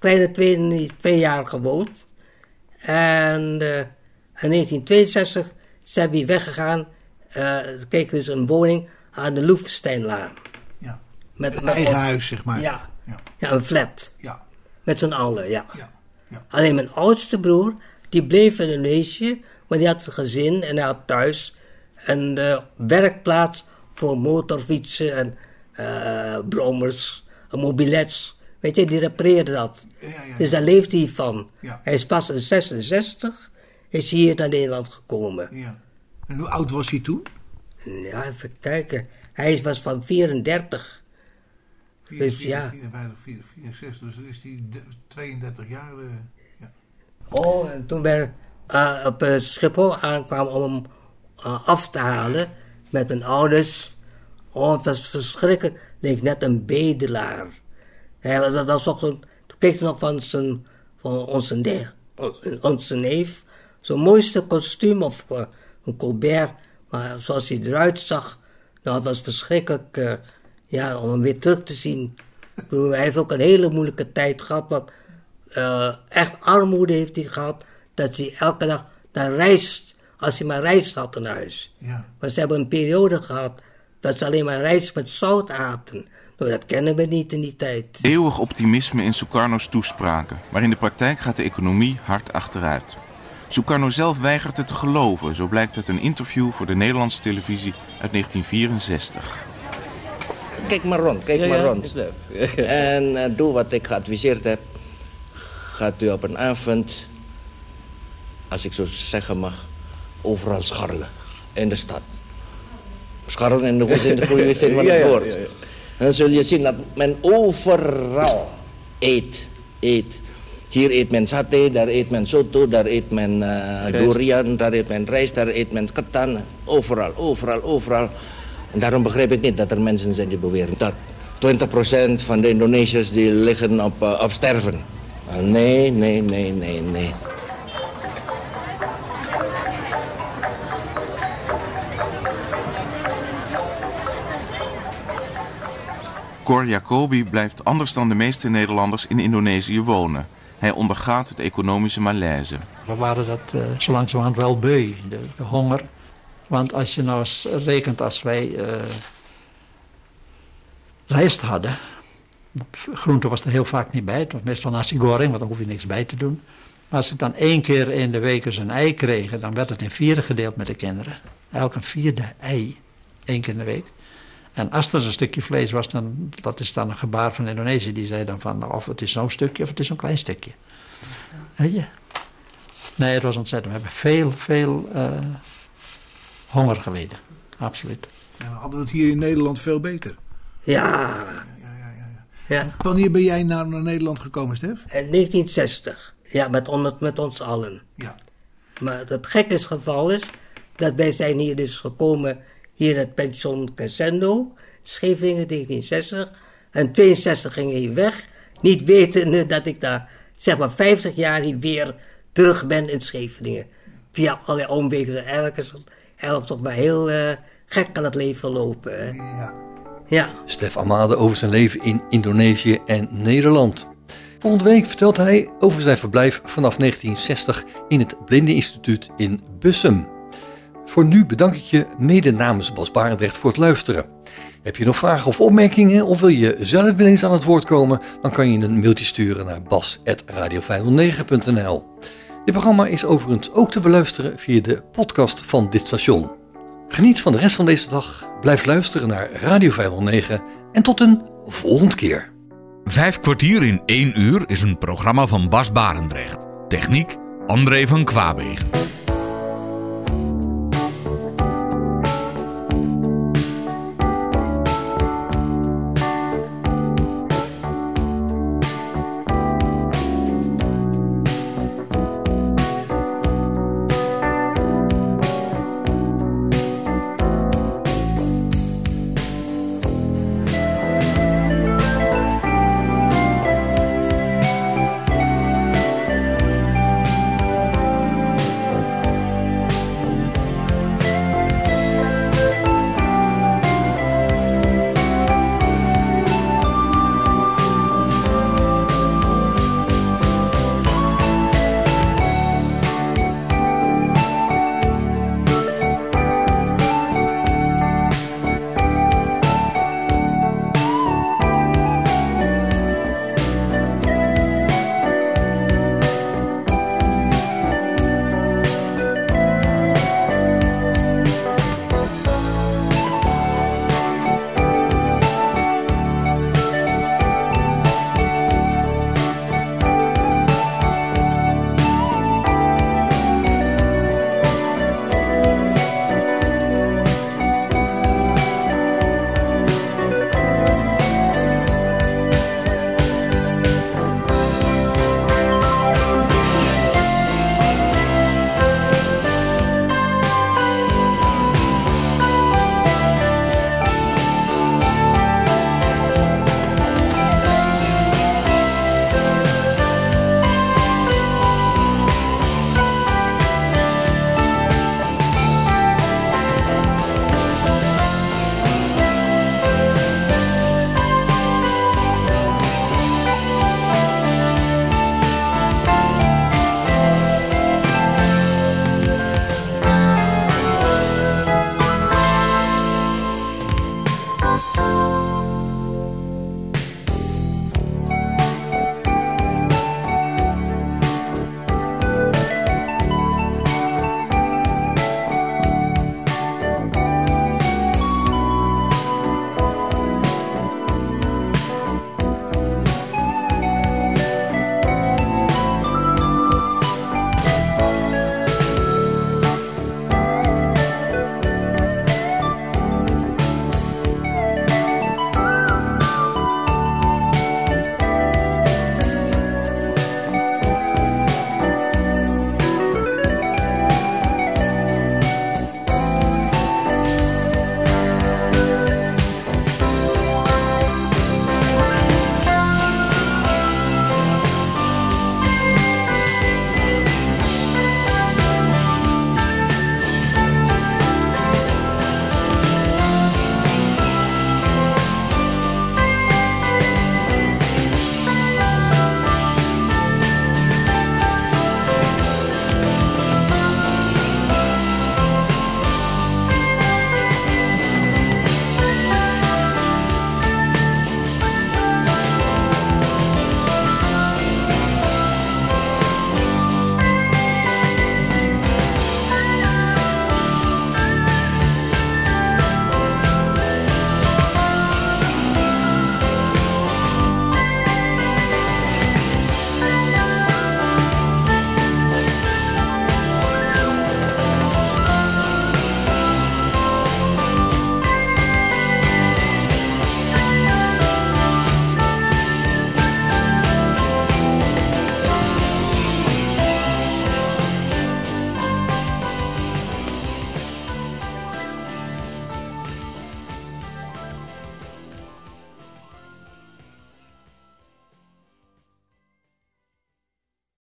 kleine 2 jaar gewoond. En in 1962 zijn we weggegaan. Kregen dus een woning aan de Loevesteinlaan. Ja. Met een eigen huis, zeg maar. Ja, een flat. Ja. Met z'n allen, ja. Alleen mijn oudste broer, die bleef in Indonesië, maar die had een gezin en hij had thuis een werkplaats voor motorfietsen en brommers, mobilets. Weet je, die repareerde dat. Dus daar leeft hij van. Ja. Hij is pas in 66, is hier naar Nederland gekomen. Ja. En hoe oud was hij toen? Ja, even kijken. Hij was van 34. 54, 64, dus dan is hij 32 jaar. Ja. Oh, en toen wij op Schiphol aankwamen om hem af te halen met mijn ouders. Oh, het was verschrikkelijk. Leek net een bedelaar. Hij was toch toen keek hij nog van onze neef. Zo'n mooiste kostuum of een Colbert. Maar zoals hij eruit zag, nou, het was verschrikkelijk om hem weer terug te zien. Hij heeft ook een hele moeilijke tijd gehad, want echt armoede heeft hij gehad, dat hij elke dag naar rijst, als hij maar rijst had in huis. Ja. Maar ze hebben een periode gehad dat ze alleen maar rijst met zout aten. Nou, dat kennen we niet in die tijd. Eeuwig optimisme in Sukarno's toespraken, maar in de praktijk gaat de economie hard achteruit. Sukarno zelf weigert het te geloven, zo blijkt uit een interview voor de Nederlandse televisie uit 1964. Kijk maar rond. En doe wat ik geadviseerd heb. Gaat u op een avond, als ik zo zeggen mag, overal scharrelen in de stad. Scharrelen in de goede zin van het woord. En dan zul je zien dat men overal eet. Hier eet men satay, daar eet men soto, daar eet men durian, daar eet men rijst, daar eet men ketan. Overal. En daarom begrijp ik niet dat er mensen zijn die beweren dat 20% van de Indonesiërs die liggen op sterven. Nee. Cor Jacobi blijft anders dan de meeste Nederlanders in Indonesië wonen. Hij ondergaat de economische malaise. We waren dat zo langzamerhand wel beu, de honger. Want als je nou eens rekent, als wij rijst hadden, groente was er heel vaak niet bij. Het was meestal nasi goreng, want dan hoef je niks bij te doen. Maar als ik dan 1 keer in de week eens een ei kreeg, dan werd het in 4 gedeeld met de kinderen. Elk een 4e ei, 1 keer in de week. En als er een stukje vlees was, dan, dat is dan een gebaar van Indonesië. Die zei dan van, of het is zo'n stukje of het is zo'n klein stukje. Weet je? Nee, het was ontzettend. We hebben veel honger geleden. Absoluut. Ja, we hadden het hier in Nederland veel beter. Ja. Wanneer ben jij naar Nederland gekomen, Stef? In 1960. Ja, met ons allen. Ja. Maar het gekke geval is dat wij zijn hier dus gekomen hier in het pension Crescendo, Scheveningen 1960. En 62 ging hij weg, niet wetende dat ik daar zeg maar 50 jaar hier weer terug ben in Scheveningen. Via allerlei omwegen. Eigenlijk toch maar heel gek kan het leven lopen. Hè? Ja. Stef Amade over zijn leven in Indonesië en Nederland. Volgende week vertelt hij over zijn verblijf vanaf 1960 in het Blindeninstituut in Bussum. Voor nu bedank ik je mede namens Bas Barendrecht voor het luisteren. Heb je nog vragen of opmerkingen of wil je zelf wel eens aan het woord komen? Dan kan je een mailtje sturen naar bas@radio509.nl. Dit programma is overigens ook te beluisteren via de podcast van dit station. Geniet van de rest van deze dag, blijf luisteren naar Radio 509 en tot een volgende keer. 5 kwartier in 1 uur is een programma van Bas Barendrecht. Techniek André van Kwaabegen.